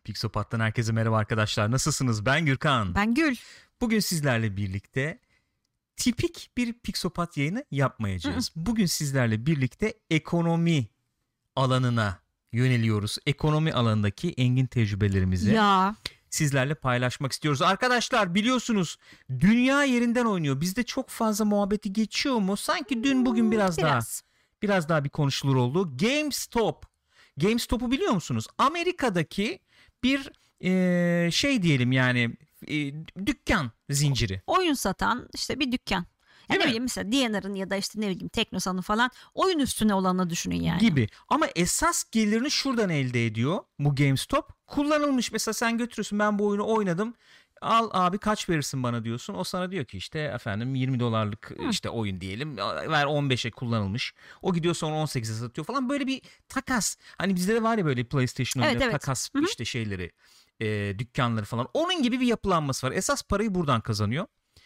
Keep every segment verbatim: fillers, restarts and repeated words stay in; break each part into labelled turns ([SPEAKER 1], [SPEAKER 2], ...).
[SPEAKER 1] Pixopat'tan herkese merhaba arkadaşlar. Nasılsınız? Ben Gürkan.
[SPEAKER 2] Ben Gül.
[SPEAKER 1] Bugün sizlerle birlikte tipik bir Pixopat yayını yapmayacağız. Hı. Bugün sizlerle birlikte ekonomi alanına yöneliyoruz. Ekonomi alanındaki engin tecrübelerimizi
[SPEAKER 2] ya.
[SPEAKER 1] sizlerle paylaşmak istiyoruz. Arkadaşlar biliyorsunuz dünya yerinden oynuyor. Bizde çok fazla muhabbeti geçiyor mu? Sanki dün bugün biraz, biraz. daha biraz daha bir konuşulur oldu. GameStop. GameStop'u biliyor musunuz? Amerika'daki bir e, şey diyelim yani e, dükkan zinciri.
[SPEAKER 2] Oyun satan işte bir dükkan. Yani ne bileyim mesela D and R'ın ya da işte ne bileyim Teknosa'nın falan oyun üstüne olanı düşünün yani.
[SPEAKER 1] Gibi. Ama esas gelirini şuradan elde ediyor bu GameStop. Kullanılmış mesela sen götürüyorsun, ben bu oyunu oynadım. Al abi kaç verirsin bana diyorsun. O sana diyor ki işte efendim yirmi dolarlık Hı. işte oyun diyelim. Ver on beşe kullanılmış. O gidiyor sonra on sekize satıyor falan. Böyle bir takas. Hani bizde de var ya böyle PlayStation oynuyor, evet, evet. takas Hı. işte şeyleri, e, dükkanları falan. Onun gibi bir yapılanması var. Esas parayı buradan kazanıyor.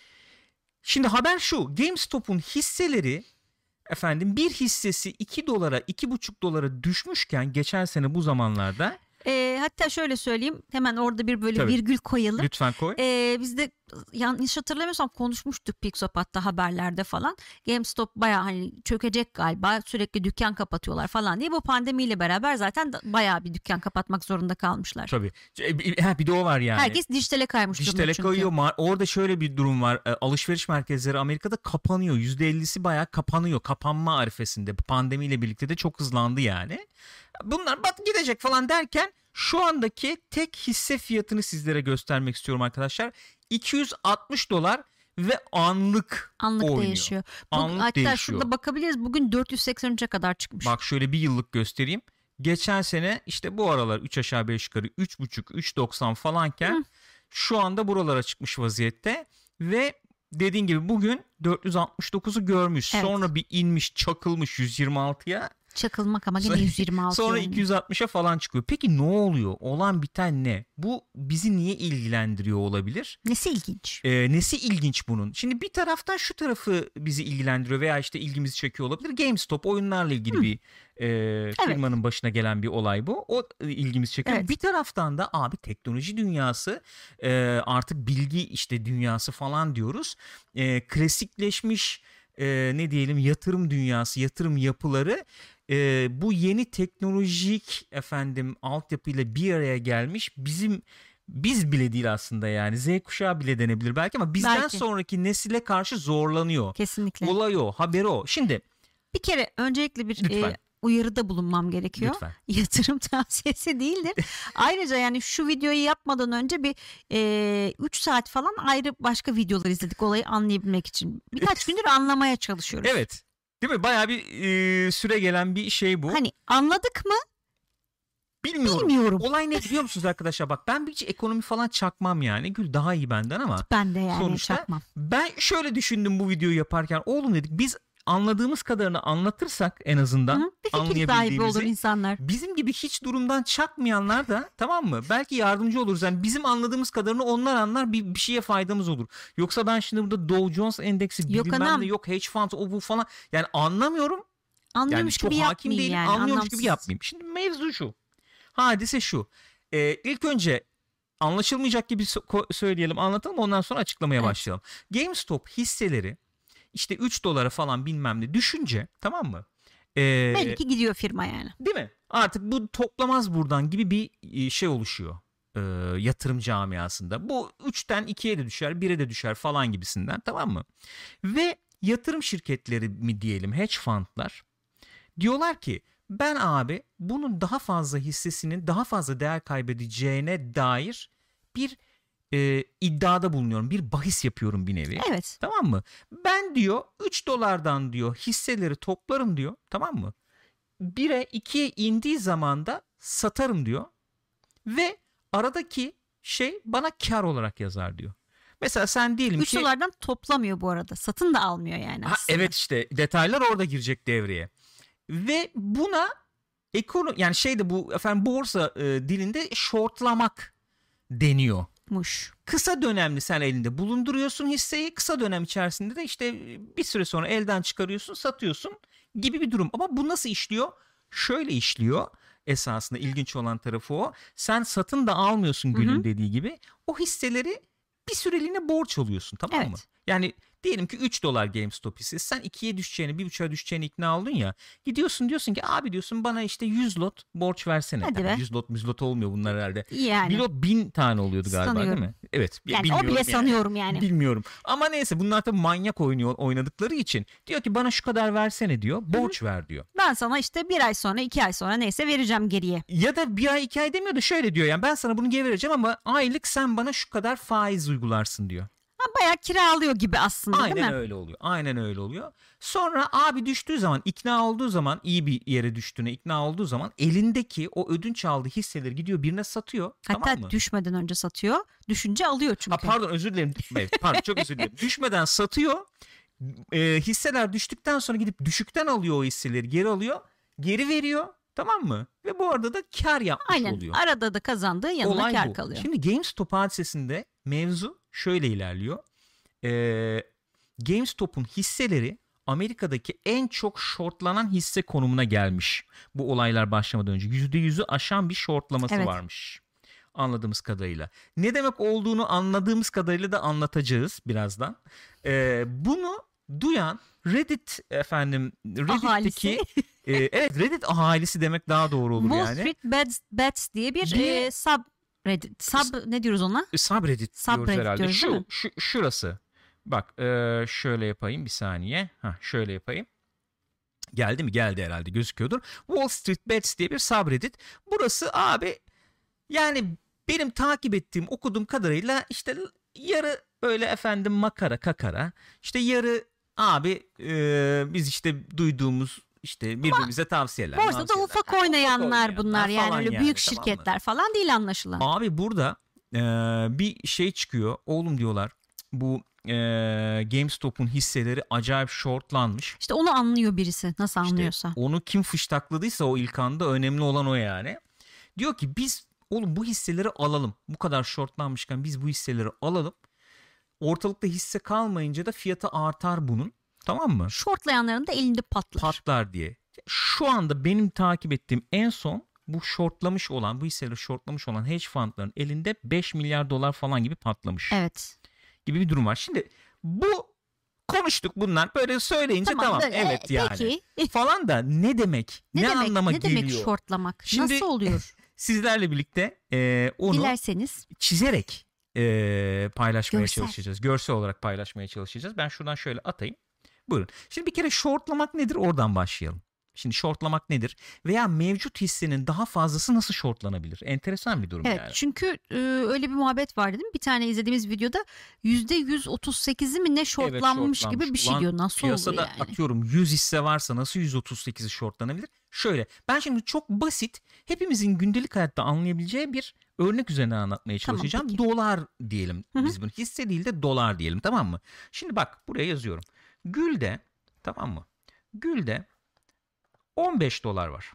[SPEAKER 1] Şimdi haber şu. GameStop'un hisseleri efendim bir hissesi iki dolara iki buçuk dolara düşmüşken geçen sene bu zamanlarda.
[SPEAKER 2] E, hatta şöyle söyleyeyim, hemen orada bir böyle Tabii. virgül koyalım.
[SPEAKER 1] Lütfen koy.
[SPEAKER 2] E, biz de yanlış hatırlamıyorsam konuşmuştuk Pixopat'ta haberlerde falan. GameStop bayağı hani çökecek galiba, sürekli dükkan kapatıyorlar falan diye. Bu pandemiyle beraber zaten bayağı bir dükkan kapatmak zorunda kalmışlar.
[SPEAKER 1] Tabii. Bir de o var yani.
[SPEAKER 2] Herkes dijitale kaymış durumda çünkü.
[SPEAKER 1] Dijitale kayıyor. Orada şöyle bir durum var. Alışveriş merkezleri Amerika'da kapanıyor. yüzde ellisi bayağı kapanıyor. Kapanma arifesinde. Pandemiyle birlikte de çok hızlandı yani. Bunlar bat gidecek falan derken şu andaki tek hisse fiyatını sizlere göstermek istiyorum arkadaşlar. iki yüz altmış dolar ve anlık
[SPEAKER 2] Anlık
[SPEAKER 1] oynuyor.
[SPEAKER 2] değişiyor. Bu,
[SPEAKER 1] anlık
[SPEAKER 2] hatta
[SPEAKER 1] değişiyor.
[SPEAKER 2] şurada bakabiliriz. Bugün dört yüz seksen üçe kadar çıkmış.
[SPEAKER 1] Bak şöyle bir yıllık göstereyim. Geçen sene işte bu aralar üç aşağı beş yukarı üç buçuk üç doksan falanken Hı. şu anda buralara çıkmış vaziyette ve dediğin gibi bugün dört yüz altmış dokuzu görmüş. Evet. Sonra bir inmiş, çakılmış yüz yirmi altıya.
[SPEAKER 2] Çakılmak ama yine yüz yirmi altı.
[SPEAKER 1] Sonra iki yüz altmışa falan çıkıyor. Peki ne oluyor? Olan biten ne? Bu bizi niye ilgilendiriyor olabilir?
[SPEAKER 2] Nesi ilginç?
[SPEAKER 1] Ee, nesi ilginç bunun? Şimdi bir taraftan şu tarafı bizi ilgilendiriyor veya işte ilgimizi çekiyor olabilir. GameStop oyunlarla ilgili Hı. bir e, firmanın evet. başına gelen bir olay bu. O ilgimizi çekiyor. Evet. Bir taraftan da abi teknoloji dünyası e, artık bilgi işte dünyası falan diyoruz. E, klasikleşmiş e, ne diyelim yatırım dünyası, yatırım yapıları Ee, bu yeni teknolojik efendim altyapıyla bir araya gelmiş, bizim biz bile değil aslında yani Z kuşağı bile denebilir belki ama bizden belki. sonraki nesile karşı zorlanıyor.
[SPEAKER 2] Kesinlikle.
[SPEAKER 1] Olay o, haber o. Şimdi
[SPEAKER 2] bir kere öncelikle bir e, uyarıda bulunmam gerekiyor.
[SPEAKER 1] Lütfen.
[SPEAKER 2] Yatırım tavsiyesi değildir. Ayrıca yani şu videoyu yapmadan önce bir üç e, saat falan ayrı başka videolar izledik olayı anlayabilmek için. Birkaç gündür anlamaya çalışıyoruz.
[SPEAKER 1] Evet. Değil mi? Bayağı bir e, süre gelen bir şey bu.
[SPEAKER 2] Hani anladık mı?
[SPEAKER 1] Bilmiyorum.
[SPEAKER 2] Bilmiyorum.
[SPEAKER 1] Olay ne biliyor musunuz arkadaşlar? Bak ben hiç ekonomi falan çakmam yani. Gül daha iyi benden ama.
[SPEAKER 2] Ben de yani
[SPEAKER 1] sonuçta
[SPEAKER 2] çakmam.
[SPEAKER 1] Ben şöyle düşündüm bu videoyu yaparken. Oğlum dedik biz anladığımız kadarını anlatırsak en azından
[SPEAKER 2] Hı, bir fikir sahibi olur insanlar.
[SPEAKER 1] Bizim gibi hiç durumdan çakmayanlar da tamam mı? Belki yardımcı oluruz. Yani bizim anladığımız kadarını onlar anlar, bir, bir şeye faydamız olur. Yoksa ben şimdi burada Dow Jones endeksi yok bilmem anam. ne yok hedge fund o bu falan. Yani anlamıyorum.
[SPEAKER 2] Anlıyormuş
[SPEAKER 1] yani
[SPEAKER 2] gibi yapmayayım
[SPEAKER 1] değilim,
[SPEAKER 2] yani.
[SPEAKER 1] Anlıyormuş
[SPEAKER 2] anlamsız.
[SPEAKER 1] gibi yapmayayım. Şimdi mevzu şu. Hadise şu. Ee, ilk önce anlaşılmayacak gibi so- söyleyelim, anlatalım, ondan sonra açıklamaya evet. başlayalım. GameStop hisseleri işte üç dolara falan bilmem ne düşünce, tamam mı?
[SPEAKER 2] Ee, Belki gidiyor firma yani.
[SPEAKER 1] Değil mi? Artık bu toplamaz buradan gibi bir şey oluşuyor ee, yatırım camiasında. Bu üçten ikiye de düşer, bire de düşer falan gibisinden, tamam mı? Ve yatırım şirketleri mi diyelim, hedge fundlar diyorlar ki ben abi bunun daha fazla hissesinin daha fazla değer kaybedeceğine dair bir e, iddiada bulunuyorum. Bir bahis yapıyorum bir nevi.
[SPEAKER 2] Evet.
[SPEAKER 1] Tamam mı? Ben diyor üç dolardan diyor hisseleri toplarım diyor. Tamam mı? bire ikiye indiği zaman da satarım diyor. Ve aradaki şey bana kar olarak yazar diyor. Mesela sen diyelim
[SPEAKER 2] üç
[SPEAKER 1] ki...
[SPEAKER 2] üç dolardan toplamıyor bu arada. Satın da almıyor yani aslında.
[SPEAKER 1] Ha, evet işte detaylar orada girecek devreye. Ve buna ekonomi yani şeyde bu efendim borsa e, dilinde shortlamak deniyormuş. Kısa dönemli sen elinde bulunduruyorsun hisseyi, kısa dönem içerisinde de işte bir süre sonra elden çıkarıyorsun, satıyorsun gibi bir durum. Ama bu nasıl işliyor? Şöyle işliyor. esasında ilginç olan tarafı o. Sen satın da almıyorsun Gül'ün
[SPEAKER 2] Hı-hı.
[SPEAKER 1] dediği gibi. O hisseleri bir süreliğine borç alıyorsun, tamam
[SPEAKER 2] evet.
[SPEAKER 1] mı? Yani diyelim ki üç dolar GameStop hissesi, sen ikiye düşeceğini, bir buçuğa düşeceğini ikna oldun ya. Gidiyorsun diyorsun ki abi diyorsun bana işte yüz lot borç versene.
[SPEAKER 2] Hadi
[SPEAKER 1] Yani
[SPEAKER 2] be.
[SPEAKER 1] yüz lot yüz lot olmuyor bunlar herhalde.
[SPEAKER 2] Yani.
[SPEAKER 1] Bir lot bin tane oluyordu galiba
[SPEAKER 2] Sanıyorum.
[SPEAKER 1] değil mi? Evet.
[SPEAKER 2] Yani o bile
[SPEAKER 1] yani.
[SPEAKER 2] sanıyorum yani.
[SPEAKER 1] Bilmiyorum. Ama neyse, bunlar tabii manyak oynuyor oynadıkları için. Diyor ki bana şu kadar versene diyor. Borç Hı-hı. ver diyor.
[SPEAKER 2] Ben sana işte bir ay sonra iki ay sonra neyse vereceğim geriye.
[SPEAKER 1] Ya da bir ay iki ay demiyor da şöyle diyor, yani ben sana bunu geri vereceğim ama aylık sen bana şu kadar faiz uygularsın diyor.
[SPEAKER 2] Bayağı kiralıyor gibi aslında,
[SPEAKER 1] Aynen
[SPEAKER 2] değil mi?
[SPEAKER 1] öyle oluyor. Aynen öyle oluyor. Sonra abi düştüğü zaman, ikna olduğu zaman, iyi bir yere düştüğüne ikna olduğu zaman elindeki o ödünç aldığı hisseleri gidiyor birine satıyor.
[SPEAKER 2] Hatta
[SPEAKER 1] tamam mı?
[SPEAKER 2] düşmeden önce satıyor. Düşünce alıyor çünkü.
[SPEAKER 1] Ha, pardon özür dilerim. Evet, pardon çok özür dilerim. Düşmeden satıyor. E, hisseler düştükten sonra gidip düşükten alıyor o hisseleri, geri alıyor. Geri veriyor. Tamam mı? Ve bu arada da kar yapmış
[SPEAKER 2] Aynen.
[SPEAKER 1] oluyor.
[SPEAKER 2] Arada da kazandığı yanına
[SPEAKER 1] Olay
[SPEAKER 2] kar
[SPEAKER 1] bu.
[SPEAKER 2] kalıyor.
[SPEAKER 1] Şimdi GameStop hadisesinde mevzu şöyle ilerliyor. Ee, GameStop'un hisseleri Amerika'daki en çok shortlanan hisse konumuna gelmiş. Bu olaylar başlamadan önce yüzde yüzü aşan bir shortlaması
[SPEAKER 2] evet.
[SPEAKER 1] varmış. Anladığımız kadarıyla. Ne demek olduğunu anladığımız kadarıyla da anlatacağız birazdan. Ee, bunu duyan Reddit efendim Reddit'teki e, evet Reddit ahalisi demek daha doğru olur
[SPEAKER 2] Wall
[SPEAKER 1] yani.
[SPEAKER 2] Street Bets, Bets diye bir, bir e, subreddit. Sub ne diyoruz ona?
[SPEAKER 1] Subreddit,
[SPEAKER 2] subreddit
[SPEAKER 1] diyoruz herhalde.
[SPEAKER 2] Diyoruz,
[SPEAKER 1] şu, şu şurası. Bak e, şöyle yapayım bir saniye. Ha şöyle yapayım. Geldi mi? Geldi herhalde, gözüküyordur. Wall Street Bets diye bir subreddit. Burası abi yani benim takip ettiğim, okuduğum kadarıyla işte yarı böyle efendim makara kakara, işte yarı abi e, biz işte duyduğumuz işte birbirimize tavsiyeler.
[SPEAKER 2] Borsada ufak oynayanlar
[SPEAKER 1] ufak
[SPEAKER 2] bunlar
[SPEAKER 1] oynayanlar
[SPEAKER 2] yani öyle
[SPEAKER 1] yani,
[SPEAKER 2] büyük
[SPEAKER 1] tamam
[SPEAKER 2] şirketler falan değil anlaşılan.
[SPEAKER 1] Abi burada e, bir şey çıkıyor. Oğlum diyorlar, bu e, GameStop'un hisseleri acayip shortlanmış.
[SPEAKER 2] İşte onu anlıyor birisi, nasıl anlıyorsa.
[SPEAKER 1] İşte onu kim fıştakladıysa o ilk anda, önemli olan o yani. Diyor ki biz oğlum bu hisseleri alalım. Bu kadar shortlanmışken biz bu hisseleri alalım. Ortalıkta hisse kalmayınca da fiyatı artar bunun. Tamam mı?
[SPEAKER 2] Shortlayanların da elinde patlar.
[SPEAKER 1] Patlar diye. Şu anda benim takip ettiğim en son bu shortlamış olan, bu hisseleri shortlamış olan hedge fundların elinde beş milyar dolar falan gibi patlamış.
[SPEAKER 2] Evet.
[SPEAKER 1] Gibi bir durum var. Şimdi bu konuştuk, bunlar böyle söyleyince tamam, tamam böyle, evet yani. Peki. Falan da ne demek?
[SPEAKER 2] Ne,
[SPEAKER 1] ne
[SPEAKER 2] demek,
[SPEAKER 1] anlama
[SPEAKER 2] ne
[SPEAKER 1] geliyor?
[SPEAKER 2] Ne demek shortlamak?
[SPEAKER 1] Şimdi,
[SPEAKER 2] nasıl oluyor?
[SPEAKER 1] Sizlerle birlikte e, onu
[SPEAKER 2] dilerseniz
[SPEAKER 1] çizerek e, paylaşmaya
[SPEAKER 2] Görsel.
[SPEAKER 1] çalışacağız. Görsel olarak paylaşmaya çalışacağız. Ben şuradan şöyle atayım. Buyurun. Şimdi bir kere shortlamak nedir? Oradan başlayalım. Şimdi shortlamak nedir? Veya mevcut hissenin daha fazlası nasıl shortlanabilir? Enteresan bir durum
[SPEAKER 2] evet,
[SPEAKER 1] yani.
[SPEAKER 2] Çünkü e, öyle bir muhabbet var dedim. Bir tane izlediğimiz videoda yüzde yüz otuz sekizi mi ne shortlanmış, evet, gibi bir şey diyor. Nasıl olur yani?
[SPEAKER 1] Piyasada atıyorum yüz hisse varsa nasıl yüz otuz sekizi shortlanabilir? Şöyle, ben şimdi çok basit, hepimizin gündelik hayatta anlayabileceği bir örnek üzerine anlatmaya çalışacağım. Tamam, dolar diyelim. Hı-hı. Biz bunu hisse değil de dolar diyelim, tamam mı? Şimdi bak buraya yazıyorum. Gül'de, tamam mı? Gül'de on beş dolar var.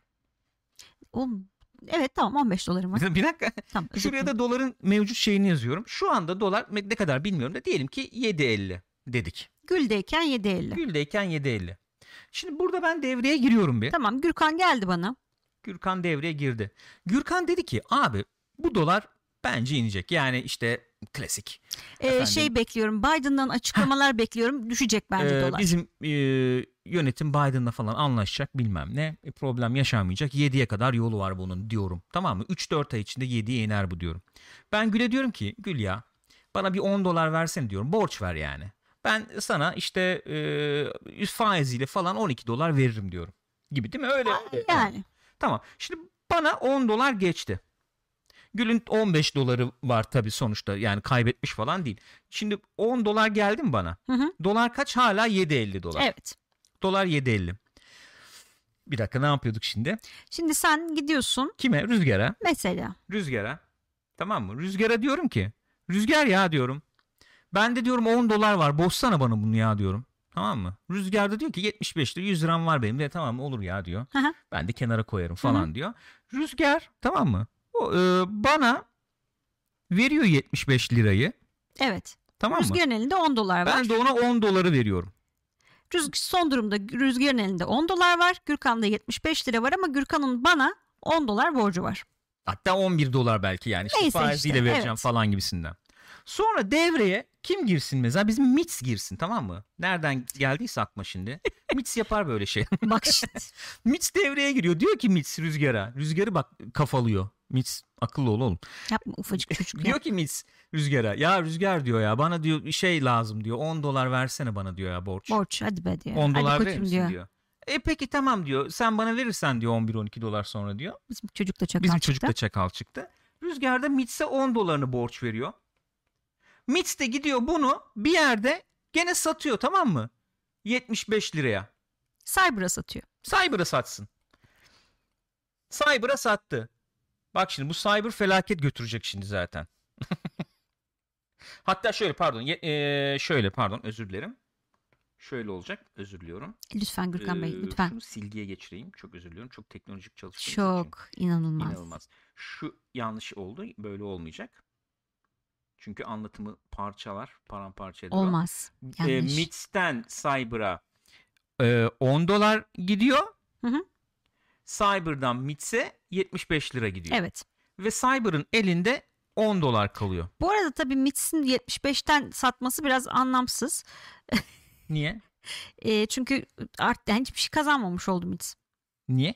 [SPEAKER 2] O, evet tamam, on beş dolarım var.
[SPEAKER 1] Bir dakika.
[SPEAKER 2] Tamam,
[SPEAKER 1] şuraya da doların mevcut şeyini yazıyorum. Şu anda dolar ne kadar bilmiyorum da diyelim ki yedi elli dedik.
[SPEAKER 2] Gül'deyken yedi elli.
[SPEAKER 1] Gül'deyken yedi elli. Şimdi burada ben devreye giriyorum bir.
[SPEAKER 2] Tamam, Gürkan geldi bana.
[SPEAKER 1] Gürkan devreye girdi. Gürkan dedi ki abi bu dolar bence inecek. Yani işte klasik.
[SPEAKER 2] Ee, şey bekliyorum, Biden'dan açıklamalar bekliyorum. Düşecek bence
[SPEAKER 1] ee,
[SPEAKER 2] dolar.
[SPEAKER 1] Bizim e, yönetim Biden'la falan anlaşacak, bilmem ne. E, problem yaşanmayacak. yediye kadar yolu var bunun diyorum. Tamam mı? üç dört ay içinde yediye iner bu diyorum. Ben Gül'e diyorum ki Gül ya bana bir on dolar versene diyorum. Borç ver yani. Ben sana işte e, faiziyle falan on iki dolar veririm diyorum. Gibi değil mi? Öyle.
[SPEAKER 2] Ha, yani.
[SPEAKER 1] Tamam. Şimdi bana on dolar geçti. Gül'ün on beş doları var tabii sonuçta, yani kaybetmiş falan değil. Şimdi on dolar geldi mi bana?
[SPEAKER 2] Hı hı.
[SPEAKER 1] Dolar kaç? Hala yedi elli dolar.
[SPEAKER 2] Evet.
[SPEAKER 1] Dolar yedi elli. Bir dakika, ne yapıyorduk şimdi?
[SPEAKER 2] Şimdi sen gidiyorsun.
[SPEAKER 1] Kime? Rüzgar'a.
[SPEAKER 2] Mesela.
[SPEAKER 1] Rüzgar'a. Tamam mı? Rüzgar'a diyorum ki Rüzgar ya diyorum. Ben de diyorum on dolar var. Bozsana bana bunu ya diyorum. Tamam mı? Rüzgar da diyor ki yetmiş beş lira yüz liram var benim de, tamam mı? Olur ya diyor.
[SPEAKER 2] Hı hı.
[SPEAKER 1] Ben de kenara koyarım falan
[SPEAKER 2] Hı hı.
[SPEAKER 1] diyor. Rüzgar, tamam mı? O, e, bana veriyor yetmiş beş lirayı.
[SPEAKER 2] Evet.
[SPEAKER 1] Tamam
[SPEAKER 2] Rüzgar'ın
[SPEAKER 1] mı?
[SPEAKER 2] elinde on dolar var.
[SPEAKER 1] Ben de ona on doları veriyorum.
[SPEAKER 2] Rüzgar, son durumda Rüzgar'ın elinde on dolar var. Gürkan'da yetmiş beş lira var ama Gürkan'ın bana on dolar borcu var.
[SPEAKER 1] Hatta on bir dolar belki yani. İşte
[SPEAKER 2] Neyse
[SPEAKER 1] faiziyle
[SPEAKER 2] işte,
[SPEAKER 1] vereceğim
[SPEAKER 2] evet.
[SPEAKER 1] falan gibisinden. Sonra devreye kim girsin mesela? Bizim M I T S girsin, tamam mı? Nereden geldiyse aklıma şimdi. M I T S yapar böyle şey.
[SPEAKER 2] Bak şimdi.
[SPEAKER 1] M I T S devreye giriyor. Diyor ki M I T S Rüzgar'a. Rüzgar'ı bak kafalıyor. M I T S akıllı ol oğlum.
[SPEAKER 2] Yapma ufacık çocuk
[SPEAKER 1] Diyor
[SPEAKER 2] ya.
[SPEAKER 1] ki M I T S Rüzgar'a. Ya Rüzgar diyor ya bana diyor bir şey lazım diyor. on dolar versene bana diyor ya borç.
[SPEAKER 2] Borç hadi be diyor.
[SPEAKER 1] on dolar
[SPEAKER 2] hadi
[SPEAKER 1] verir
[SPEAKER 2] koçum
[SPEAKER 1] misin diyor. diyor. E peki tamam diyor. Sen bana verirsen diyor on bir on iki dolar sonra diyor.
[SPEAKER 2] Bizim çocuk da çakal
[SPEAKER 1] Bizim
[SPEAKER 2] çıktı.
[SPEAKER 1] çocuk da çakal çıktı. Rüzgar da M I T S'e on dolarını borç veriyor. M I T S de gidiyor bunu bir yerde gene satıyor, tamam mı? yetmiş beş liraya.
[SPEAKER 2] Cyber'a satıyor.
[SPEAKER 1] Cyber'a satsın. Cyber'a sattı. Bak şimdi bu Cyber felaket götürecek şimdi zaten. Hatta şöyle pardon. Ee, şöyle pardon özür dilerim. Şöyle olacak. Özür diliyorum.
[SPEAKER 2] Lütfen Gürkan Bey
[SPEAKER 1] Ee,
[SPEAKER 2] lütfen.
[SPEAKER 1] Şunu silgiye geçireyim. Çok özür diliyorum. Çok teknolojik çalıştığımız
[SPEAKER 2] Çok
[SPEAKER 1] için.
[SPEAKER 2] inanılmaz.
[SPEAKER 1] İnanılmaz. Şu yanlış oldu. Böyle olmayacak. Çünkü anlatımı parçalar. Paramparça ediyor.
[SPEAKER 2] Olmaz.
[SPEAKER 1] E,
[SPEAKER 2] Yanlış.
[SPEAKER 1] M I T S'ten Cyber'a e, on dolar gidiyor.
[SPEAKER 2] Hı hı.
[SPEAKER 1] Cyber'dan M I T S'e yetmiş beş lira gidiyor.
[SPEAKER 2] Evet.
[SPEAKER 1] Ve Cyber'ın elinde on dolar kalıyor.
[SPEAKER 2] Bu arada tabii M I T S'in yetmiş beşten satması biraz anlamsız.
[SPEAKER 1] Niye?
[SPEAKER 2] E, çünkü artık yani hiçbir şey kazanmamış oldu M I T S.
[SPEAKER 1] Niye?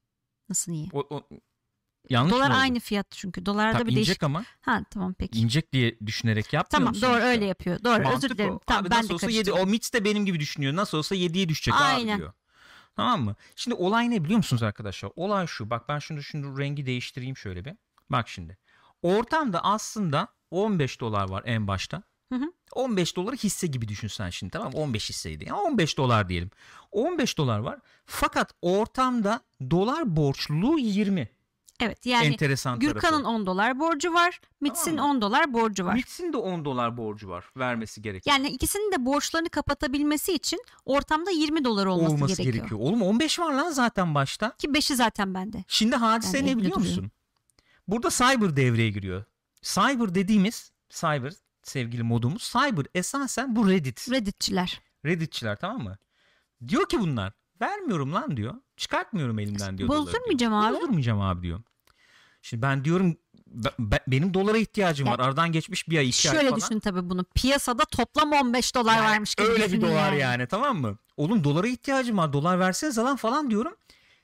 [SPEAKER 2] Nasıl niye?
[SPEAKER 1] O, o, yanlış
[SPEAKER 2] Dolar
[SPEAKER 1] mı oldu?
[SPEAKER 2] aynı fiyat çünkü. Dolarda
[SPEAKER 1] Tabii
[SPEAKER 2] bir
[SPEAKER 1] inecek
[SPEAKER 2] değişik.
[SPEAKER 1] ama.
[SPEAKER 2] Ha tamam peki.
[SPEAKER 1] İnecek diye düşünerek yapmıyor
[SPEAKER 2] Tamam
[SPEAKER 1] musun
[SPEAKER 2] doğru
[SPEAKER 1] işte?
[SPEAKER 2] öyle yapıyor. Doğru
[SPEAKER 1] Mantık
[SPEAKER 2] özür dilerim.
[SPEAKER 1] o.
[SPEAKER 2] Tamam
[SPEAKER 1] Abi
[SPEAKER 2] ben
[SPEAKER 1] nasıl
[SPEAKER 2] de
[SPEAKER 1] olsa yedi.
[SPEAKER 2] karıştırdım.
[SPEAKER 1] O M I T S de benim gibi düşünüyor. Nasıl olsa yediye düşecek
[SPEAKER 2] Aynen.
[SPEAKER 1] abi diyor. Tamam mı? Şimdi olay ne biliyor musunuz arkadaşlar? Olay şu. Bak ben şunu şunu rengi değiştireyim şöyle bir. Bak şimdi. Ortamda aslında on beş dolar var en başta.
[SPEAKER 2] Hı hı.
[SPEAKER 1] on beş doları hisse gibi düşünsen şimdi, tamam mı? on beş hisseydi. Yani on beş dolar diyelim. on beş dolar var. Fakat ortamda dolar borçluluğu yirmi.
[SPEAKER 2] Evet yani
[SPEAKER 1] Enteresan
[SPEAKER 2] Gürkan'ın
[SPEAKER 1] tarafı.
[SPEAKER 2] on dolar borcu var. M I T S'in
[SPEAKER 1] Tamam mı?
[SPEAKER 2] on dolar borcu var.
[SPEAKER 1] M I T S'in de on dolar borcu var. Vermesi gerekiyor.
[SPEAKER 2] Yani ikisinin de borçlarını kapatabilmesi için ortamda yirmi dolar olması,
[SPEAKER 1] Olması
[SPEAKER 2] gerekiyor.
[SPEAKER 1] gerekiyor. Oğlum on beş var lan zaten başta.
[SPEAKER 2] Ki beşi zaten bende.
[SPEAKER 1] Şimdi hadise
[SPEAKER 2] Yani
[SPEAKER 1] ne
[SPEAKER 2] evde
[SPEAKER 1] biliyor
[SPEAKER 2] duruyor.
[SPEAKER 1] musun? Burada Cyber devreye giriyor. Cyber dediğimiz Cyber sevgili modumuz Cyber esasen bu Reddit.
[SPEAKER 2] Redditçiler.
[SPEAKER 1] Redditçiler, tamam mı? Diyor ki bunlar vermiyorum lan diyor. Çıkartmıyorum elimden diyor. doları
[SPEAKER 2] Bozdurmayacağım
[SPEAKER 1] diyor.
[SPEAKER 2] abi.
[SPEAKER 1] Bozdurmayacağım abi diyor. Şimdi ben diyorum be- be- benim dolara ihtiyacım
[SPEAKER 2] Ya,
[SPEAKER 1] var. Aradan geçmiş bir ay iki ay
[SPEAKER 2] Şöyle
[SPEAKER 1] falan.
[SPEAKER 2] düşünün tabii bunu. Piyasada toplam on beş dolar
[SPEAKER 1] Yani
[SPEAKER 2] varmış gibi
[SPEAKER 1] öyle bir
[SPEAKER 2] düşünün
[SPEAKER 1] dolar
[SPEAKER 2] yani.
[SPEAKER 1] yani, tamam mı? Oğlum dolara ihtiyacım var. Dolar versenize lan falan diyorum.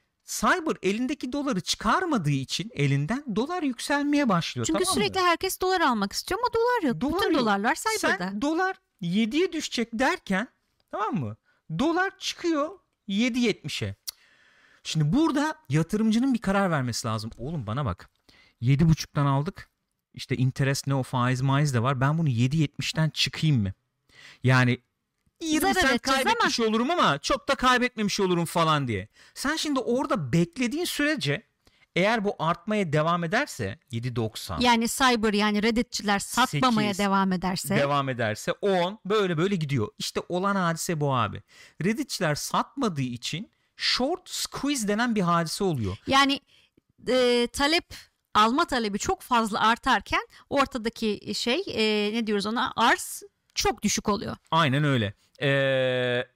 [SPEAKER 1] Cyber elindeki doları çıkarmadığı için elinden dolar yükselmeye başlıyor.
[SPEAKER 2] Çünkü
[SPEAKER 1] tamam
[SPEAKER 2] sürekli
[SPEAKER 1] mı?
[SPEAKER 2] herkes dolar almak istiyor ama dolar yok.
[SPEAKER 1] Dolar
[SPEAKER 2] Bütün
[SPEAKER 1] yok.
[SPEAKER 2] dolarlar Cyber'da.
[SPEAKER 1] Sen dolar yediye düşecek derken, tamam mı? Dolar çıkıyor yedi yetmişe. Şimdi burada yatırımcının bir karar vermesi lazım. Oğlum bana bak. yedi buçuktan aldık. İşte interest ne o faiz maiz de var. Ben bunu yedi yetmişten çıkayım mı? Yani yirmi
[SPEAKER 2] Zarar
[SPEAKER 1] sent
[SPEAKER 2] edeceğiz
[SPEAKER 1] kaybetmiş olurum ama çok da kaybetmemiş olurum falan diye. Sen şimdi orada beklediğin sürece eğer bu artmaya devam ederse yedi doksan
[SPEAKER 2] Yani Cyber yani Redditçiler satmamaya
[SPEAKER 1] sekiz
[SPEAKER 2] devam ederse.
[SPEAKER 1] devam ederse on böyle böyle gidiyor. İşte olan hadise bu abi. Redditçiler satmadığı için short squeeze denen bir hadise oluyor.
[SPEAKER 2] Yani e, talep alma talebi çok fazla artarken ortadaki şey e, ne diyoruz ona arz çok düşük oluyor.
[SPEAKER 1] Aynen öyle. Ee,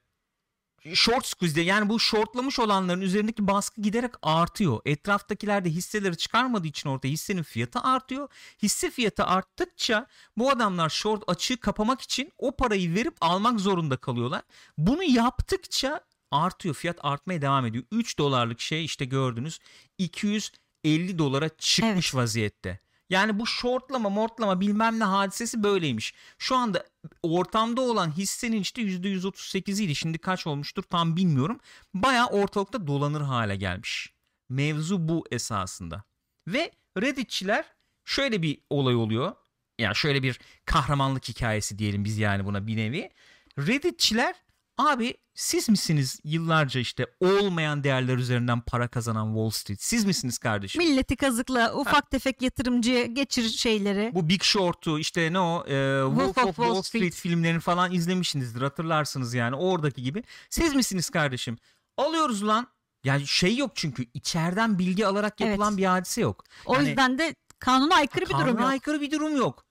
[SPEAKER 1] short squeeze yani bu shortlamış olanların üzerindeki baskı giderek artıyor. Etraftakiler de hisseleri çıkarmadığı için orada hissenin fiyatı artıyor. Hisse fiyatı arttıkça bu adamlar short açığı kapamak için o parayı verip almak zorunda kalıyorlar. Bunu yaptıkça artıyor. Fiyat artmaya devam ediyor. üç dolarlık şey işte gördünüz iki yüz elli dolara çıkmış
[SPEAKER 2] Evet.
[SPEAKER 1] vaziyette. Yani bu shortlama mortlama bilmem ne hadisesi böyleymiş. Şu anda ortamda olan hissenin işte yüzde yüz otuz sekiziydi. Şimdi kaç olmuştur tam bilmiyorum. Bayağı ortalıkta dolanır hale gelmiş. Mevzu bu esasında. Ve Redditçiler şöyle bir olay oluyor. Yani şöyle bir kahramanlık hikayesi diyelim biz yani buna bir nevi. Redditçiler abi siz misiniz yıllarca işte olmayan değerler üzerinden para kazanan Wall Street? Siz misiniz kardeşim?
[SPEAKER 2] Milleti kazıkla ufak tefek yatırımcıya geçir şeyleri.
[SPEAKER 1] Bu Big Short'u işte ne o e, Wolf, of Wall Street. filmlerini falan izlemişsinizdir, hatırlarsınız yani oradaki gibi. Siz misiniz kardeşim? Alıyoruz lan. Yani şey yok çünkü içeriden bilgi alarak yapılan
[SPEAKER 2] Evet.
[SPEAKER 1] bir hadise yok.
[SPEAKER 2] O
[SPEAKER 1] Yani
[SPEAKER 2] yüzden de kanuna aykırı bir durum
[SPEAKER 1] kanuna
[SPEAKER 2] yok.
[SPEAKER 1] aykırı bir durum yok.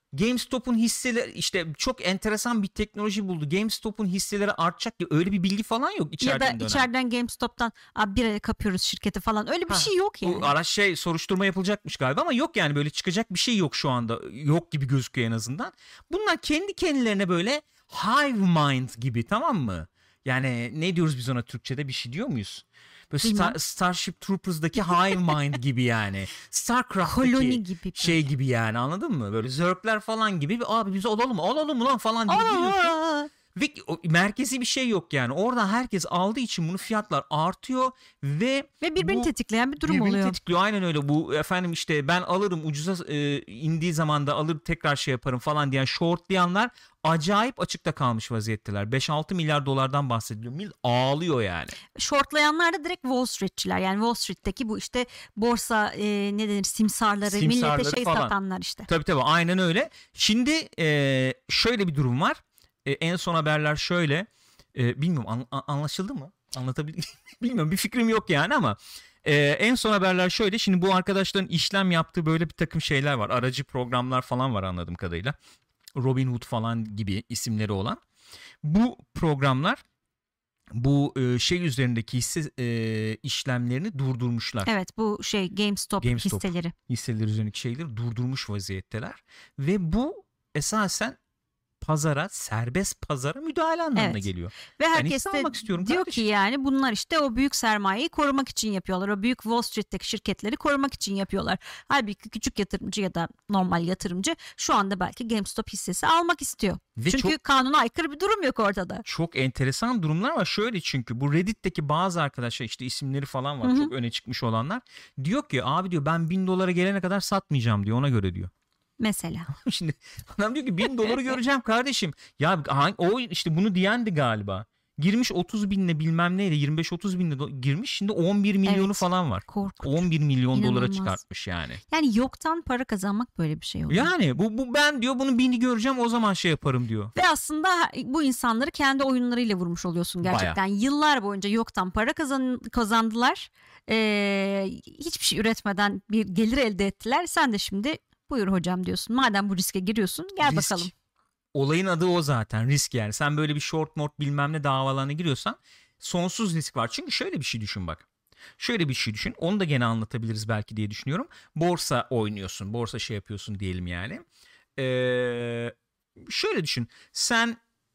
[SPEAKER 1] GameStop'un hisseleri işte çok enteresan bir teknoloji buldu. GameStop'un hisseleri artacak diye öyle bir bilgi falan yok içeriden
[SPEAKER 2] Ya da
[SPEAKER 1] dönen.
[SPEAKER 2] içeriden GameStop'tan abi bir ay kapıyoruz şirketi falan öyle bir ha, şey yok yani.
[SPEAKER 1] Bu araç şey soruşturma yapılacakmış galiba ama yok yani böyle çıkacak bir şey yok şu anda. Yok gibi gözüküyor en azından. Bunlar kendi kendilerine böyle hive mind gibi, tamam mı? Yani ne diyoruz biz ona Türkçe'de, bir şey diyor muyuz? Böyle Star, Starship Troopers'daki hive mind gibi yani. StarCraft'taki gibi şey gibi yani, anladın mı? Böyle zerkler falan gibi. Abi biz alalım mı? Alalım mı lan falan diye giriyorsun. Ve merkezi bir şey yok yani. Orada herkes aldığı için bunu fiyatlar artıyor ve
[SPEAKER 2] ve birbirini bu, tetikleyen bir durum
[SPEAKER 1] birbirini
[SPEAKER 2] oluyor.
[SPEAKER 1] Tetikliyor. Aynen öyle. Bu efendim işte ben alırım ucuza e, indiği zaman da alır tekrar şey yaparım falan diyen shortlayanlar acayip açıkta kalmış vaziyetteler. beş altı milyar dolardan bahsediliyor. Mil ağlıyor yani.
[SPEAKER 2] Shortlayanlar da direkt Wall Street'çiler. Yani Wall Street'teki bu işte borsa e, ne denir simsarları, simsarları millete şey falan satanlar işte.
[SPEAKER 1] Tabii tabii aynen öyle. Şimdi e, şöyle bir durum var. E, en son haberler şöyle. E, bilmiyorum an, anlaşıldı mı? Anlatabildim. Bilmiyorum, bir fikrim yok yani ama e, en son haberler şöyle. Şimdi bu arkadaşların işlem yaptığı böyle bir takım şeyler var. Aracı programlar falan var anladığım kadarıyla. Robinhood falan gibi isimleri olan. Bu programlar bu e, şey üzerindeki hisse e, işlemlerini durdurmuşlar.
[SPEAKER 2] Evet, bu şey GameStop, GameStop hisseleri.
[SPEAKER 1] Hisseleri üzerindeki şeyleri durdurmuş vaziyetteler. Ve bu esasen pazara, serbest pazara müdahale anlamına evet. geliyor.
[SPEAKER 2] Ve herkes de diyor kardeşim. ki yani bunlar işte o büyük sermayeyi korumak için yapıyorlar. O büyük Wall Street'teki şirketleri korumak için yapıyorlar. Halbuki küçük yatırımcı ya da normal yatırımcı şu anda belki GameStop hissesi almak istiyor. Ve çünkü çok, kanuna aykırı bir durum yok ortada.
[SPEAKER 1] Çok enteresan durumlar var. Şöyle, çünkü bu Reddit'teki bazı arkadaşlar işte isimleri falan var. Hı-hı. Çok öne çıkmış olanlar. Diyor ki abi diyor ben bin dolara gelene kadar satmayacağım diyor, ona göre diyor.
[SPEAKER 2] Mesela.
[SPEAKER 1] Şimdi adam diyor ki bin doları göreceğim kardeşim. Ya o işte bunu diyendi galiba. Girmiş otuz binle bilmem neyle yirmi beş otuz binle do- girmiş. Şimdi on bir milyonu evet, falan var.
[SPEAKER 2] Korkunç.
[SPEAKER 1] on bir milyon İnanılmaz. Dolara çıkartmış yani.
[SPEAKER 2] Yani yoktan para kazanmak böyle bir şey oluyor.
[SPEAKER 1] Yani bu, bu ben diyor bunu bini göreceğim o zaman şey yaparım diyor.
[SPEAKER 2] Ve aslında bu insanları kendi oyunlarıyla vurmuş oluyorsun gerçekten. Bayağı. Yıllar boyunca yoktan para kazan, kazandılar. Ee, hiçbir şey üretmeden bir gelir elde ettiler. Sen de şimdi buyur hocam diyorsun. Madem bu riske giriyorsun gel risk. Bakalım.
[SPEAKER 1] Olayın adı o zaten, risk yani. Sen böyle bir short mort bilmem ne davalarına giriyorsan sonsuz risk var. Çünkü şöyle bir şey düşün bak. Şöyle bir şey düşün. Onu da gene anlatabiliriz belki diye düşünüyorum. Borsa oynuyorsun. Borsa şey yapıyorsun diyelim yani. Ee, şöyle düşün. Sen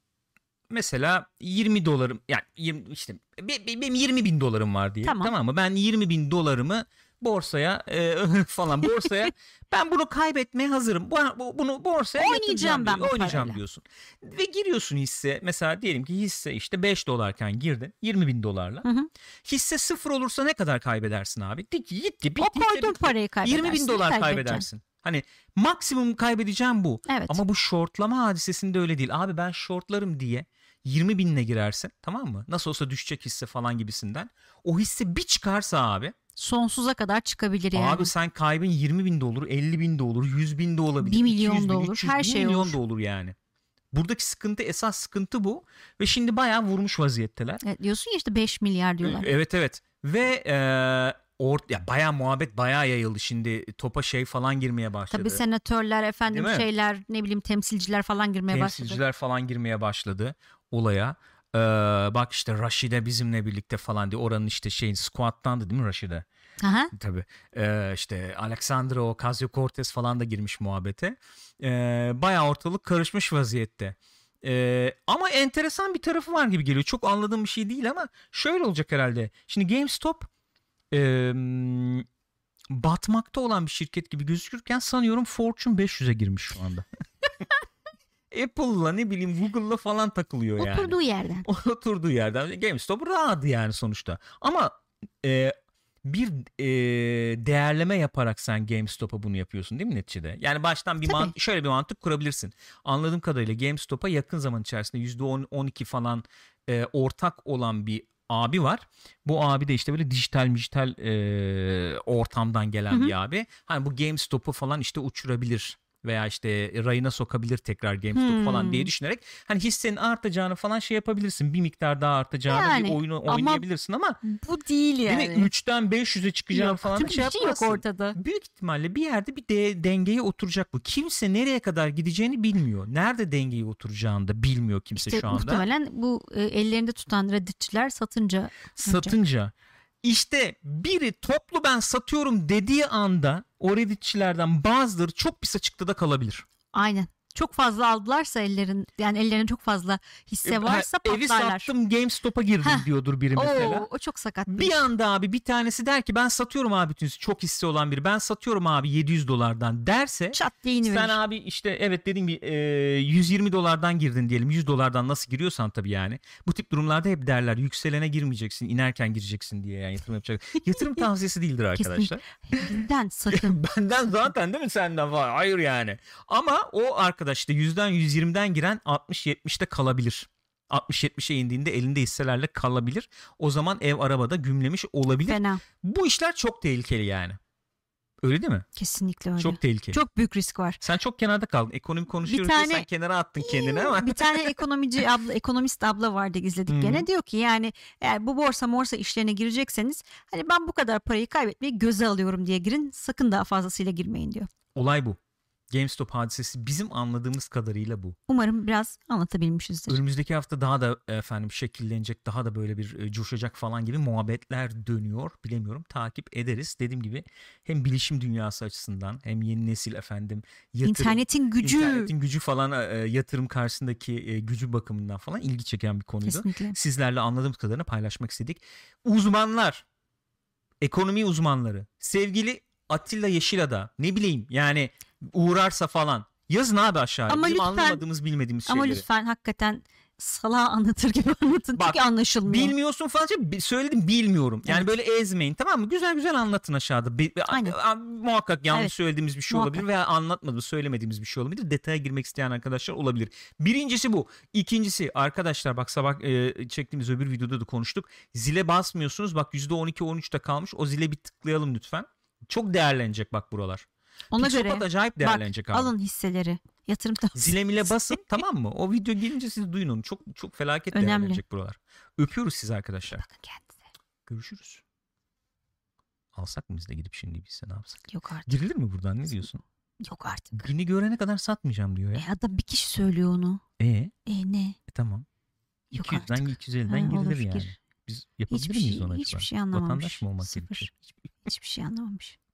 [SPEAKER 1] mesela yirmi dolarım yani yirmi, işte benim yirmi bin dolarım var diye. Tamam. Tamam mı? Ben yirmi bin dolarımı borsaya e, falan borsaya ben bunu kaybetmeye hazırım. Bu, bu bunu borsaya
[SPEAKER 2] oynayacağım ben
[SPEAKER 1] diyor, oynayacağım diyorsun. Ve giriyorsun hisse, mesela diyelim ki hisse işte beş dolarken girdin yirmi bin dolarla. Hı hı. Hisse sıfır olursa ne kadar kaybedersin abi? Gitti gitti.
[SPEAKER 2] O koyduğun parayı kaybedersin.
[SPEAKER 1] yirmi bin dolar kaybedersin. Hani maksimum kaybedeceğim bu.
[SPEAKER 2] Evet.
[SPEAKER 1] Ama bu shortlama hadisesinde öyle değil. Abi ben shortlarım diye yirmi binle girersin, tamam mı? Nasıl olsa düşecek hisse falan gibisinden. O hisse bir çıkarsa abi
[SPEAKER 2] sonsuza kadar çıkabilir yani.
[SPEAKER 1] Abi sen kaybın yirmi bin de olur, elli bin de olur, yüz bin de olabilir.
[SPEAKER 2] bir milyon da olur, her şey
[SPEAKER 1] milyon
[SPEAKER 2] olur.
[SPEAKER 1] da olur yani. Buradaki sıkıntı, esas sıkıntı bu. Ve şimdi bayağı vurmuş vaziyetteler.
[SPEAKER 2] Evet, diyorsun ya işte beş milyar diyorlar.
[SPEAKER 1] Evet evet. Ve e, or, ya bayağı muhabbet bayağı yayıldı. Şimdi topa şey falan girmeye başladı.
[SPEAKER 2] Tabii senatörler, efendim şeyler, ne bileyim temsilciler falan girmeye
[SPEAKER 1] temsilciler
[SPEAKER 2] başladı.
[SPEAKER 1] Temsilciler falan girmeye başladı olaya. Ee, bak işte Raşide bizimle birlikte falan diye, oranın işte şeyin squad'tandı değil mi Raşide?
[SPEAKER 2] Aha.
[SPEAKER 1] Tabii ee, işte Alexandra Ocasio-Cortez falan da girmiş muhabbete. Ee, bayağı ortalık karışmış vaziyette. Ee, ama enteresan bir tarafı var gibi geliyor. Çok anladığım bir şey değil ama şöyle olacak herhalde. Şimdi GameStop ee, batmakta olan bir şirket gibi gözükürken sanıyorum Fortune beş yüze girmiş şu anda. Apple'la ne bileyim Google'la falan takılıyor yani.
[SPEAKER 2] Oturduğu yerden.
[SPEAKER 1] Oturduğu yerden. GameStop rahat yani sonuçta. Ama e, bir e, değerleme yaparak sen GameStop'a bunu yapıyorsun değil mi neticede? Yani baştan bir mant- şöyle bir mantık kurabilirsin. Anladığım kadarıyla GameStop'a yakın zaman içerisinde yüzde on on iki falan e, ortak olan bir abi var. Bu abi de işte böyle dijital dijital e, ortamdan gelen hı hı. bir abi. Hani bu GameStop'u falan işte uçurabilir veya işte rayına sokabilir tekrar GameStop
[SPEAKER 2] Hmm.
[SPEAKER 1] falan diye düşünerek hani hissenin artacağını falan şey yapabilirsin. Bir miktar daha artacağını
[SPEAKER 2] Yani,
[SPEAKER 1] bir oyunu
[SPEAKER 2] ama
[SPEAKER 1] oynayabilirsin ama
[SPEAKER 2] Bu değil yani.
[SPEAKER 1] değil mi? üçten beş yüze çıkacağını
[SPEAKER 2] Yok,
[SPEAKER 1] falan da
[SPEAKER 2] çünkü
[SPEAKER 1] şey
[SPEAKER 2] bir şey yok
[SPEAKER 1] yapmazsın.
[SPEAKER 2] ortada.
[SPEAKER 1] Büyük ihtimalle bir yerde bir de dengeye oturacak bu. Kimse nereye kadar gideceğini bilmiyor. Nerede dengeye oturacağını da bilmiyor kimse
[SPEAKER 2] İşte
[SPEAKER 1] şu anda.
[SPEAKER 2] muhtemelen bu e, ellerinde tutan Redditçiler satınca
[SPEAKER 1] Satınca işte biri toplu ben satıyorum dediği anda o Redditçilerden bazıları çok pis açıkta da kalabilir.
[SPEAKER 2] aynen. Çok fazla aldılarsa ellerin yani ellerine çok fazla hisse varsa
[SPEAKER 1] Ha, evi
[SPEAKER 2] patlarlar.
[SPEAKER 1] sattım GameStop'a girdim
[SPEAKER 2] Heh.
[SPEAKER 1] diyordur biri mesela.
[SPEAKER 2] Oo, o çok sakat.
[SPEAKER 1] Bir anda abi bir tanesi der ki ben satıyorum abi bütün çok hisse olan biri. Ben satıyorum abi yedi yüz dolardan derse
[SPEAKER 2] Çat diye iniverir.
[SPEAKER 1] sen abi işte evet dediğim gibi e, yüz yirmi dolardan girdin diyelim. yüz dolardan nasıl giriyorsan tabii yani. Bu tip durumlarda hep derler yükselene girmeyeceksin, inerken gireceksin diye yani yatırım yapacak. Yatırım tavsiyesi değildir arkadaşlar.
[SPEAKER 2] Bizden sakın.
[SPEAKER 1] Benden zaten değil mi senden var? Hayır yani. Ama o arkadaş işte yüzden yüz yirmiden giren altmış yetmişte kalabilir. altmış yetmişe indiğinde elinde hisselerle kalabilir. O zaman ev arabada gümlemiş olabilir.
[SPEAKER 2] Fena.
[SPEAKER 1] Bu işler çok tehlikeli yani. Öyle değil mi?
[SPEAKER 2] Kesinlikle öyle.
[SPEAKER 1] Çok tehlikeli.
[SPEAKER 2] Çok büyük risk var.
[SPEAKER 1] Sen çok kenarda kaldın. Ekonomi konuşuyoruz
[SPEAKER 2] Bir tane-
[SPEAKER 1] diye sen kenara attın kendini ama.
[SPEAKER 2] Bir tane ekonomici abla, ekonomist abla vardı izledik
[SPEAKER 1] Hı.
[SPEAKER 2] gene. Diyor ki yani eğer bu borsa morsa işlerine girecekseniz hani ben bu kadar parayı kaybetmeyi göze alıyorum diye girin. Sakın daha fazlasıyla girmeyin diyor.
[SPEAKER 1] Olay bu. GameStop hadisesi bizim anladığımız kadarıyla bu.
[SPEAKER 2] Umarım biraz anlatabilmişizdir.
[SPEAKER 1] Önümüzdeki hafta daha da efendim şekillenecek, daha da böyle bir e, coşacak falan gibi muhabbetler dönüyor. Bilemiyorum. Takip ederiz. Dediğim gibi hem bilişim dünyası açısından hem yeni nesil efendim yatırım,
[SPEAKER 2] İnternetin gücü.
[SPEAKER 1] internetin gücü falan e, yatırım karşısındaki e, gücü bakımından falan ilgi çeken bir konuydu.
[SPEAKER 2] Kesinlikle.
[SPEAKER 1] Sizlerle anladığımız kadarını paylaşmak istedik. Uzmanlar, ekonomi uzmanları, sevgili Atilla Yeşilada ne bileyim yani uğrarsa falan yazın abi aşağıya.
[SPEAKER 2] Ama
[SPEAKER 1] Bizim
[SPEAKER 2] lütfen-
[SPEAKER 1] anlamadığımız bilmediğimiz
[SPEAKER 2] Ama
[SPEAKER 1] şeyleri.
[SPEAKER 2] lütfen hakikaten salağa anlatır gibi anlatın.
[SPEAKER 1] Bak,
[SPEAKER 2] Çünkü anlaşılmıyor.
[SPEAKER 1] Bilmiyorsun falan bi- söyledim bilmiyorum. Yani
[SPEAKER 2] Evet.
[SPEAKER 1] böyle ezmeyin tamam mı? Güzel güzel anlatın aşağıda. Bi-
[SPEAKER 2] Aynen.
[SPEAKER 1] a- a- muhakkak yanlış
[SPEAKER 2] Evet.
[SPEAKER 1] söylediğimiz bir şey
[SPEAKER 2] Muhakkak.
[SPEAKER 1] olabilir veya anlatmadığımız söylemediğimiz bir şey olabilir. Detaya girmek isteyen arkadaşlar olabilir. Birincisi bu. İkincisi arkadaşlar bak sabah e, çektiğimiz öbür videoda da konuştuk. Zile basmıyorsunuz. Bak yüzde on iki on üçte kalmış. O zile bir tıklayalım lütfen. Çok değerlenecek bak buralar.
[SPEAKER 2] Ona
[SPEAKER 1] Pixopat
[SPEAKER 2] göre
[SPEAKER 1] acayip değerlenecek
[SPEAKER 2] bak
[SPEAKER 1] abi.
[SPEAKER 2] alın hisseleri. Yatırım tavsiyesi.
[SPEAKER 1] Zile mile basın tamam mı? O video gelince siz duyun onu. Çok çok felaket
[SPEAKER 2] Önemli.
[SPEAKER 1] değerlenecek buralar. Öpüyoruz sizi arkadaşlar.
[SPEAKER 2] Bakın kendinize.
[SPEAKER 1] Görüşürüz. Alsak mı biz de gidip şimdi biz de ne yapsak?
[SPEAKER 2] Yok artık.
[SPEAKER 1] Girilir mi buradan ne diyorsun?
[SPEAKER 2] Yok artık.
[SPEAKER 1] Bini görene kadar satmayacağım diyor ya.
[SPEAKER 2] E adam bir kişi söylüyor onu.
[SPEAKER 1] E,
[SPEAKER 2] E ne?
[SPEAKER 1] e tamam.
[SPEAKER 2] Yok
[SPEAKER 1] iki yüzden
[SPEAKER 2] artık.
[SPEAKER 1] iki yüz elliden
[SPEAKER 2] Ha, olur,
[SPEAKER 1] girilir yani.
[SPEAKER 2] gir.
[SPEAKER 1] Biz yapabilir
[SPEAKER 2] Hiçbir
[SPEAKER 1] miyiz
[SPEAKER 2] şey,
[SPEAKER 1] onu acaba?
[SPEAKER 2] hiçbir şey anlamamış.
[SPEAKER 1] Vatandaş mı olmak
[SPEAKER 2] Sıfır.
[SPEAKER 1] gerekiyor?
[SPEAKER 2] Hiçbir şey anlamamış.